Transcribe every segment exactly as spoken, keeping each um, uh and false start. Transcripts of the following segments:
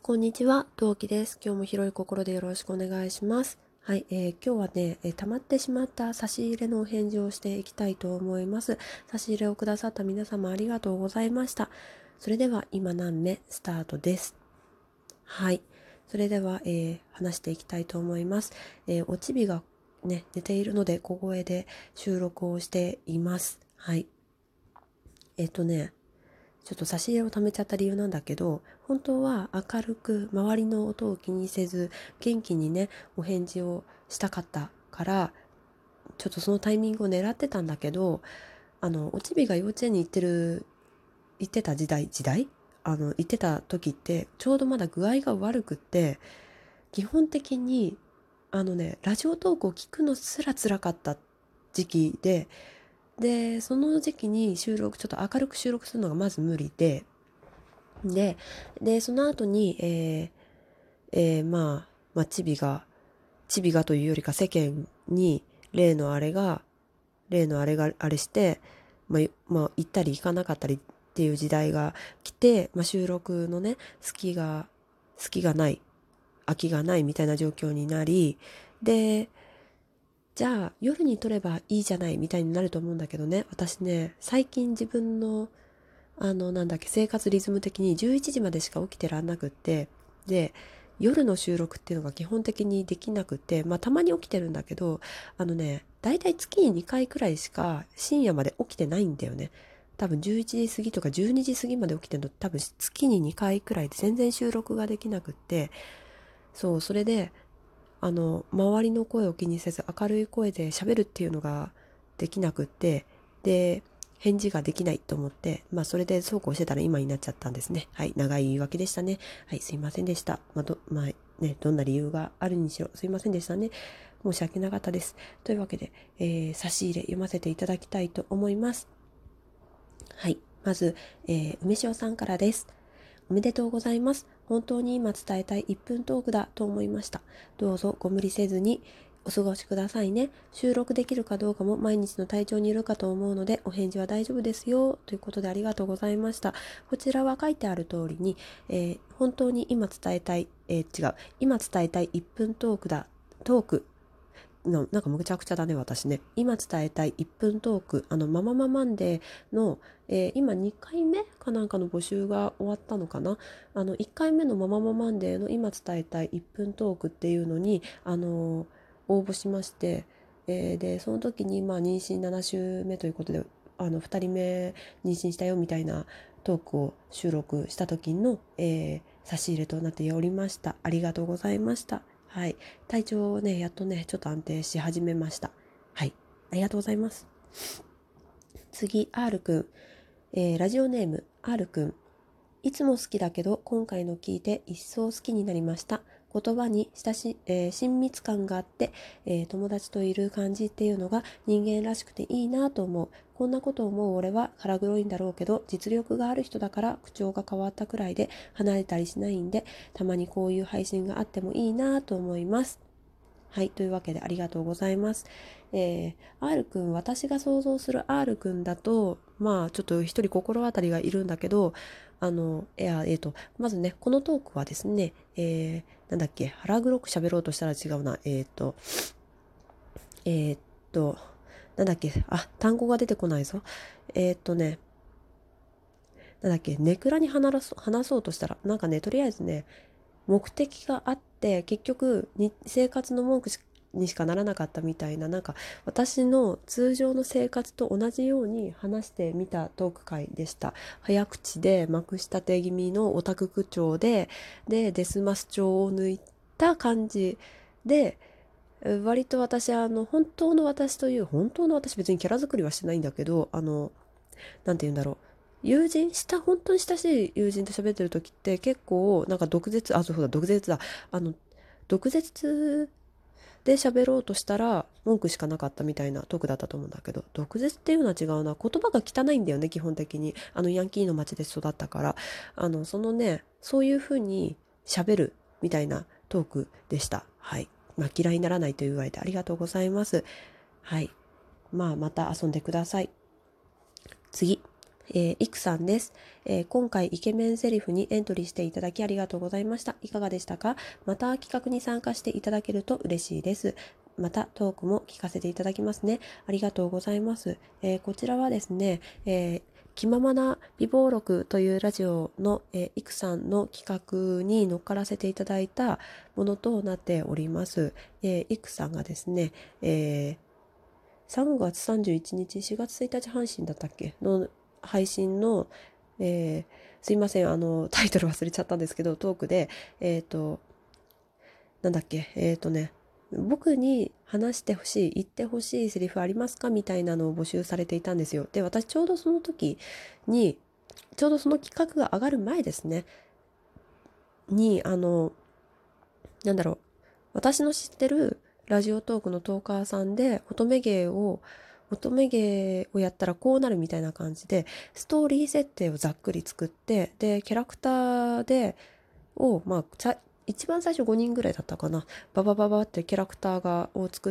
こんにちは、陶器です。今日も広い心でよろしくお願いします。はい、えー、今日はね、えー、溜まってしまった差し入れのお返事をしていきたいと思います。差し入れをくださった皆様ありがとうございました。それでは今何目スタートです。はい、それでは、えー、話していきたいと思います。えー、おちびがね、寝ているので小声で収録をしています。はい。えっ、とね、ちょっと差し入れを貯めちゃった理由なんだけど、本当は明るく周りの音を気にせず元気にねお返事をしたかったから、ちょっとそのタイミングを狙ってたんだけど、あのおちびが幼稚園に行ってる行ってた時代時代あの行ってた時ってちょうどまだ具合が悪くって、基本的にあのねラジオトークを聞くのすら辛かった時期で、でその時期に収録ちょっと明るく収録するのがまず無理で、で、で、その後に、えーえーまあ、まあ、チビが、チビがというよりか世間に例のあれが、例のあれがあれして、まあ、まあ、行ったり行かなかったりっていう時代が来て、まあ、収録のね、隙が、隙がない、空きがないみたいな状況になり、で、じゃあ夜に撮ればいいじゃないみたいになると思うんだけどね、私ね、最近自分のあの、なんだっけ、生活リズム的にじゅういちじまでしか起きてらんなくって、で、夜の収録っていうのが基本的にできなくって、まあたまに起きてるんだけど、あのね、だいたい月ににかいくらいしか深夜まで起きてないんだよね。多分じゅういちじ過ぎとかじゅうにじ過ぎまで起きてるの多分月ににかいくらいで全然収録ができなくって、そう、それで、あの、周りの声を気にせず明るい声で喋るっていうのができなくって、で、返事ができないと思って、まあそれでそうこうしてたら今になっちゃったんですね。はい、長い言い訳でしたね。はい、すいませんでした。まあど、まあね、どんな理由があるにしろすいませんでしたね。申し訳なかったです。というわけで、えー、差し入れ読ませていただきたいと思います。はい、まず、えー、梅塩さんからです。おめでとうございます。本当に今伝えたいいっぷんトークだと思いました。どうぞご無理せずにお過ごしくださいね。収録できるかどうかも毎日の体調によるかと思うので、お返事は大丈夫ですよ。ということでありがとうございました。こちらは書いてある通りに、えー本当に今伝えたい、えー違う、今伝えたいいっぷんトークだ、トークのなんかむちゃくちゃだね私ね。今伝えたいいっぷんトーク、あのママママンデーの、えー今にかいめかなんかの募集が終わったのかな。あのいっかいめのママママンデーの今伝えたいいっぷんトークっていうのにあのー応募しまして、えーでその時にまあ妊娠なな週目ということで、あのふたりめ妊娠したよみたいなトークを収録した時の、えー差し入れとなっておりました。ありがとうございました。はい。体調をね、やっとね、ちょっと安定し始めました。はい。ありがとうございます。次、R くん。えーラジオネーム、R くん。いつも好きだけど、今回の聞いて一層好きになりました。言葉に親し、えー親密感があって、えー友達といる感じっていうのが人間らしくていいなと思う。こんなことを思う俺は腹黒いんだろうけど、実力がある人だから口調が変わったくらいで離れたりしないんで、たまにこういう配信があってもいいなと思います。はい、というわけでありがとうございます。えー、R 君、私が想像する R 君だと、まあちょっと一人心当たりがいるんだけど、あの、いや、えっと、まずね、このトークはですね、えー、なんだっけ、腹黒く喋ろうとしたら違うな、えっと、えっと、なんだっけ、あ、単語が出てこないぞ。えっとね、なんだっけ、ネクラに話そう話そうとしたら、なんかね、とりあえずね、目的があって結局に生活の文句にしかならなかったみたいな、なんか私の通常の生活と同じように話してみたトーク会でした。早口でまくしたて気味のオタク口調で、でデスマス調を抜いた感じで、割と私あの本当の私という本当の私、別にキャラ作りはしてないんだけど、あのなんて言うんだろう、友人した本当に親しい友人と喋ってる時って結構なんか毒舌、あ、そうだ、毒舌だ、あの毒舌で喋ろうとしたら文句しかなかったみたいなトークだったと思うんだけど、毒舌っていうのは違うな、言葉が汚いんだよね基本的に。あのヤンキーの町で育ったから、あのそのね、そういう風に喋るみたいなトークでした。はい。まあ嫌いにならないと言われてありがとうございます。はい。まあまた遊んでください。次。 えー、いくさんです、えー。今回イケメンセリフにエントリーしていただきありがとうございました。いかがでしたか？また企画に参加していただけると嬉しいです。またトークも聞かせていただきますね。ありがとうございます。えー、こちらはですね、えー気ままな美貌録というラジオの、えー、いくさんの企画に乗っからせていただいたものとなっております。えー、いくさんがですね、えー、さんがつさんじゅういちにち、しがつついたち配信だったっけの配信の、えー、すいません、あの、タイトル忘れちゃったんですけど、トークで、えっと、なんだっけ、えっとね、僕に話してほしい、言ってほしいセリフありますかみたいなのを募集されていたんですよ。で、私ちょうどその時に、ちょうどその企画が上がる前ですね、に、あの、なんだろう、私の知ってるラジオトークのトーカーさんで、乙女芸を、乙女芸をやったらこうなるみたいな感じで、ストーリー設定をざっくり作って、で、キャラクターで、を、まあ、一番最初ごにんぐらいだったかな。ババババってキャラクターがを作って、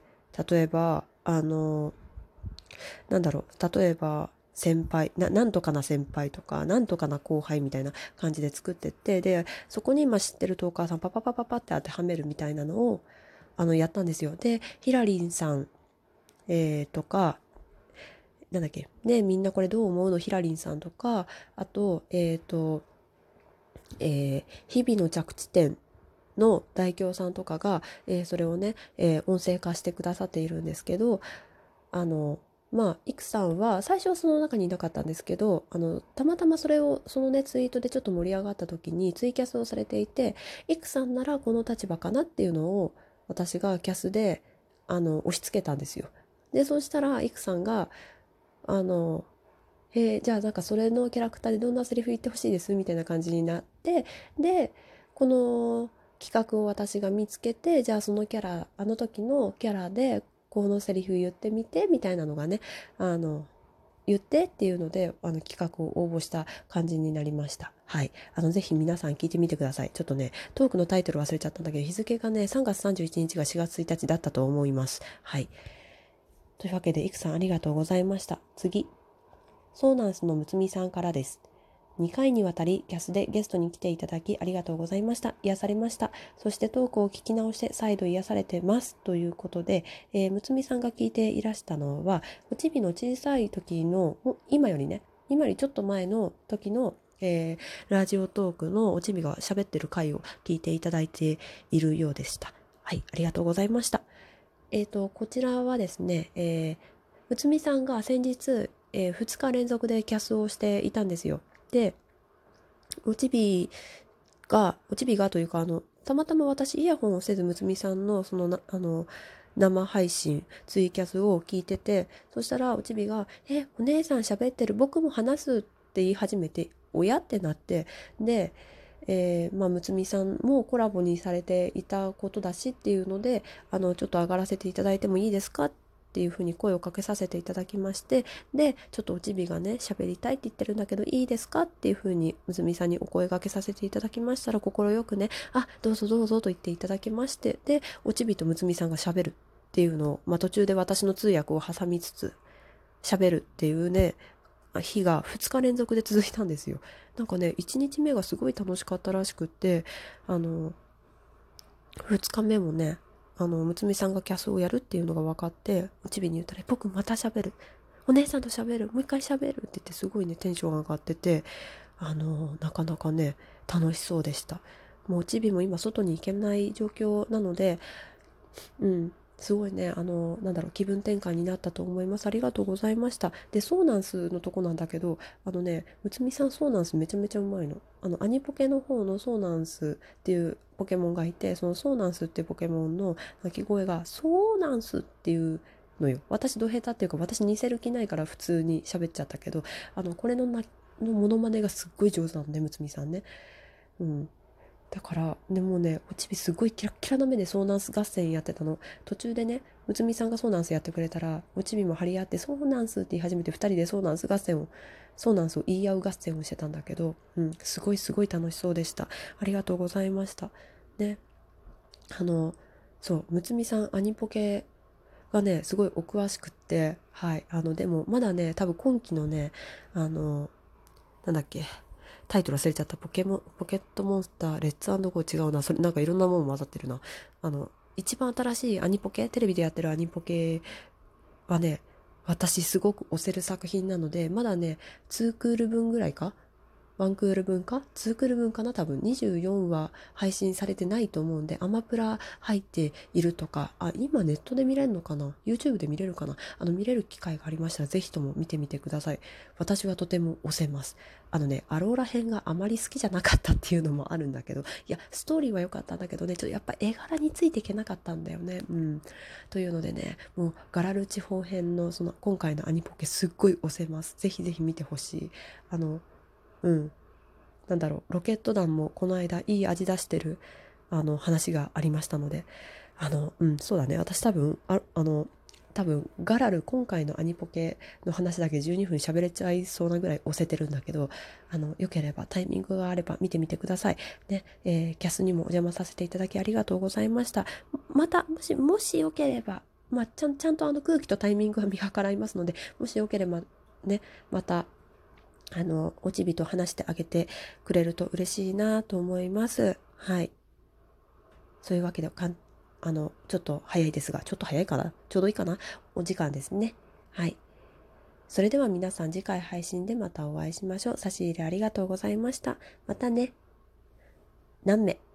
例えば、あの、なんだろう、例えば、先輩な、なんとかな先輩とか、なんとかな後輩みたいな感じで作ってって、で、そこに今知ってるトーカーさんパパパパパって当てはめるみたいなのを、あの、やったんですよ。で、ヒラリンさん、えー、とか、なんだっけ、ね、みんなこれどう思うのヒラリンさんとか、あと、えっと、えー、日々の着地点の代表さんとかが、えー、それをね、えー、音声化してくださっているんですけど、あの、まあ、いくさんは最初はその中にいなかったんですけど、あの、たまたまそれを、そのね、ツイートでちょっと盛り上がった時にツイキャスをされていて、いくさんならこの立場かなっていうのを私がキャスで、あの、押し付けたんですよ。で、そうしたら、いくさんが、あの、えー、じゃあなんかそれのキャラクターでどんなセリフ言ってほしいですみたいな感じになって、で、この企画を私が見つけて、じゃあそのキャラ、あの時のキャラでこのセリフ言ってみてみたいなのがね、あの、言ってっていうので、あの企画を応募した感じになりました。はい。あの、ぜひ皆さん聞いてみてください。ちょっとね、トークのタイトル忘れちゃったんだけど、日付がね、さんがつさんじゅういちにちがしがつついたちだったと思います。はい。というわけで、いくさんありがとうございました。次。ソーナンスのむつみさんからです。にかいにわたりキャスでゲストに来ていただきありがとうございました。癒されました。そしてトークを聞き直して再度癒されてます。ということで、えー、むつみさんが聞いていらしたのは、おちびの小さい時の、今よりね、今よりちょっと前の時の、えー、ラジオトークのおちびが喋ってる回を聞いていただいているようでした。はい、ありがとうございました。えっと、こちらはですね、えー、むつみさんが先日、えー、ふつか連続でキャスをしていたんですよ。で、おちびが、おちびがというか、あの、たまたま私イヤホンをせずむつみさんのそのな、あの、生配信、ツイキャスを聞いてて、そしたらおちびが、え、お姉さん喋ってる、僕も話すって言い始めて、親ってなって、で、えー、まあ、むつみさんもコラボにされていたことだしっていうので、あの、ちょっと上がらせていただいてもいいですかっていうふうに声をかけさせていただきまして、で、ちょっとおちびがね、喋りたいって言ってるんだけど、いいですかっていうふうに、むつみさんにお声掛けさせていただきましたら、快くね、あ、どうぞどうぞと言っていただきまして、で、おちびとむつみさんが喋るっていうのを、まあ、途中で私の通訳を挟みつつ、喋るっていうね、日がふつか連続で続いたんですよ。なんかね、いちにちめがすごい楽しかったらしくって、あの、ふつかめもね、あの、むつみさんがキャスをやるっていうのが分かって、おちびに言ったら、僕また喋る。お姉さんと喋る。もう一回喋るって言ってすごいね、テンション上がってて、あの、なかなかね、楽しそうでした。もうおちびも今外に行けない状況なので、うん、すごいね、あの、なんだろう、気分転換になったと思います。ありがとうございました。で、ソーナンスのとこなんだけど、あのね、むつみさんソーナンスめちゃめちゃうまいの。あの、アニポケの方のソーナンスっていうポケモンがいて、そのソーナンスっていうポケモンの鳴き声が、ソーナンスっていうのよ。私、ド下手っていうか、私似せる気ないから普通に喋っちゃったけど、あの、これのな、のモノマネがすっごい上手なのね、むつみさんね。うん。だから、でもね、おちびすごいキラッキラな目でソーナンス合戦やってたの。途中でね、むつみさんがソーナンスやってくれたら、おちびも張り合って、ソーナンスって言い始めて、ふたりでソーナンス合戦を、ソーナンスを言い合う合戦をしてたんだけど、うん、すごいすごい楽しそうでした。ありがとうございました。ね、あの、そう、むつみさんアニポケ、 がねすごいお詳しくって、はい、あのでもまだね多分今期のねあのなんだっけタイトル忘れちゃった。ポケモンポケットモンスターレッツゴー違うな、それなんかいろんなもん混ざってるな。あの一番新しいアニポケ、テレビでやってるアニポケはね私すごく推せる作品なので、まだねにクール分ぐらいかワンクール分かツークール分かな、多分にじゅうよんわ配信されてないと思うんで、アマプラ入っているとか、あ、今ネットで見れるのかな、 YouTube で見れるかな、あの見れる機会がありましたらぜひとも見てみてください。私はとても推せます。あのねアローラ編があまり好きじゃなかったっていうのもあるんだけど、いやストーリーは良かったんだけどね、ちょっとやっぱ絵柄についていけなかったんだよね。うんというのでね、もうガラル地方編のその今回のアニポケすっごい推せます。ぜひぜひ見てほしい。あのうん、なんだろう、ロケット団もこの間いい味出してるあの話がありましたので、あのうんそうだね、私多分ああの多分ガラル今回のアニポケの話だけじゅうにふん喋れちゃいそうなぐらい押せてるんだけど、あのよければタイミングがあれば見てみてくださいね。えーキャスにもお邪魔させていただきありがとうございました。またもしもしよければ、まあ、ちゃんちゃんとあの空気とタイミングは見計らいますので、もしよければねまたあのおちびと話してあげてくれると嬉しいなと思います。はい。そういうわけでかんあのちょっと早いですが、ちょっと早いかな、ちょうどいいかな、お時間ですね。はい。それでは皆さん次回配信でまたお会いしましょう。差し入れありがとうございました。またね。何名